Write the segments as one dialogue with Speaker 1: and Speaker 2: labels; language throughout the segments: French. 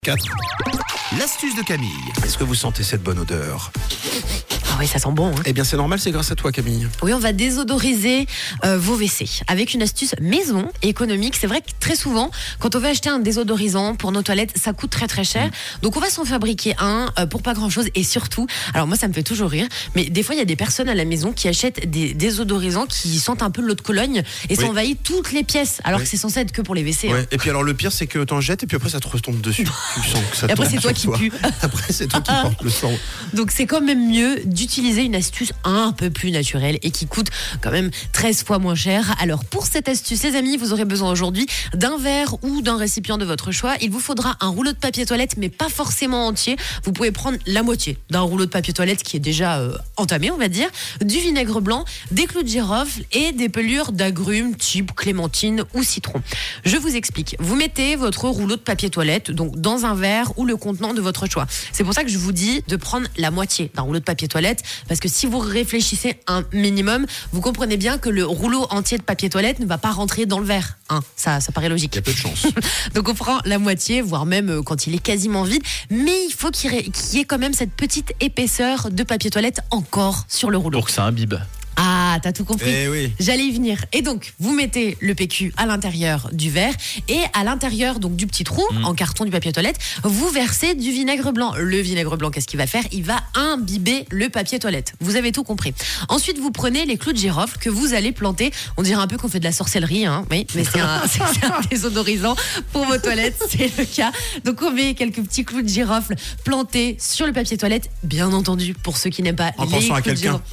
Speaker 1: 4. L'astuce de Camille. Est-ce que vous sentez cette bonne odeur ?
Speaker 2: Ah oui, ça sent bon.
Speaker 1: Eh bien, c'est normal, c'est grâce à toi, Camille.
Speaker 2: Oui, on va désodoriser vos WC avec une astuce maison économique. C'est vrai que très souvent, quand on veut acheter un désodorisant pour nos toilettes, ça coûte très très cher. Donc on va s'en fabriquer un pour pas grand chose. Et surtout, alors moi ça me fait toujours rire, mais des fois il y a des personnes à la maison qui achètent des désodorisants qui sentent un peu l'eau de Cologne et ça envahit toutes les pièces, alors que c'est censé être que pour les WC.
Speaker 1: Ouais. Et puis alors le pire, c'est que t'en jettes et puis après ça te retombe dessus. Tu sens que ça
Speaker 2: Et après
Speaker 1: tombe
Speaker 2: c'est toi qui
Speaker 1: sur
Speaker 2: pue.
Speaker 1: Après c'est toi qui portes le sang.
Speaker 2: Donc c'est quand même mieux d'utiliser une astuce un peu plus naturelle et qui coûte quand même 13 fois moins cher. Alors pour cette astuce, les amis, vous aurez besoin aujourd'hui d'un verre ou d'un récipient de votre choix. Il vous faudra un rouleau de papier toilette, mais pas forcément entier. Vous pouvez prendre la moitié d'un rouleau de papier toilette qui est déjà entamé, on va dire, du vinaigre blanc, des clous de girofle et des pelures d'agrumes type clémentine ou citron. Je vous explique. Vous mettez votre rouleau de papier toilette donc dans un verre ou le contenant de votre choix. C'est pour ça que je vous dis de prendre la moitié d'un rouleau de papier toilette, parce que si vous réfléchissez un minimum, vous comprenez bien que le rouleau entier de papier toilette ne va pas rentrer dans le verre. Ça paraît logique.
Speaker 1: Il y a peu de chance.
Speaker 2: Donc on prend la moitié, voire même quand il est quasiment vide, mais il faut qu'il y ait quand même cette petite épaisseur de papier toilette encore sur le rouleau.
Speaker 3: Pour que ça imbibe.
Speaker 2: Ah, t'as tout compris.
Speaker 1: Eh oui.
Speaker 2: J'allais y venir. Et donc, vous mettez le PQ à l'intérieur du verre et à l'intérieur donc du petit trou en carton du papier toilette, vous versez du vinaigre blanc. Le vinaigre blanc, qu'est-ce qu'il va faire ? Il va imbiber le papier toilette. Vous avez tout compris. Ensuite, vous prenez les clous de girofle que vous allez planter. On dirait un peu qu'on fait de la sorcellerie, oui, mais c'est un désodorisant pour vos toilettes, c'est le cas. Donc, on met quelques petits clous de girofle plantés sur le papier toilette, bien entendu, pour ceux qui n'aiment pas
Speaker 1: En
Speaker 2: les
Speaker 1: pensant à
Speaker 2: clous de
Speaker 1: quelqu'un.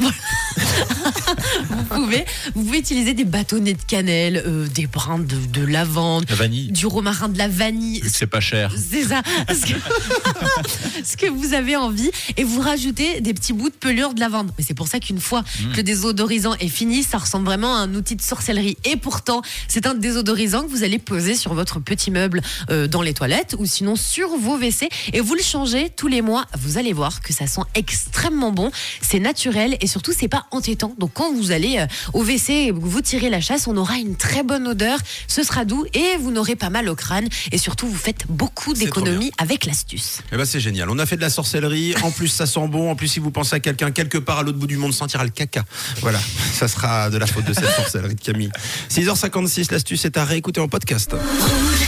Speaker 2: Vous pouvez utiliser des bâtonnets de cannelle, des brins de lavande,
Speaker 3: La vanille.
Speaker 2: du romarin, de la vanille.
Speaker 3: Vu que c'est pas cher.
Speaker 2: C'est ça, ce que vous avez envie, et vous rajoutez des petits bouts de pelure de lavande. Mais c'est pour ça qu'une fois que le désodorisant est fini, ça ressemble vraiment à un outil de sorcellerie. Et pourtant, c'est un désodorisant que vous allez poser sur votre petit meuble dans les toilettes ou sinon sur vos WC, et vous le changez tous les mois. Vous allez voir que ça sent extrêmement bon, c'est naturel et surtout c'est pas entêtant. Donc quand vous allez au WC et vous tirez la chasse, on aura une très bonne odeur, ce sera doux et vous n'aurez pas mal au crâne, et surtout vous faites beaucoup
Speaker 1: C'est trop
Speaker 2: d'économies avec l'astuce.
Speaker 1: Eh ben c'est génial. On a fait de la sorcellerie. En plus, ça sent bon. En plus, si vous pensez à quelqu'un quelque part à l'autre bout du monde sentira le caca. Voilà. Ça sera de la faute de cette sorcellerie de Camille. 6h56, l'astuce est à réécouter en podcast.
Speaker 4: Rouge.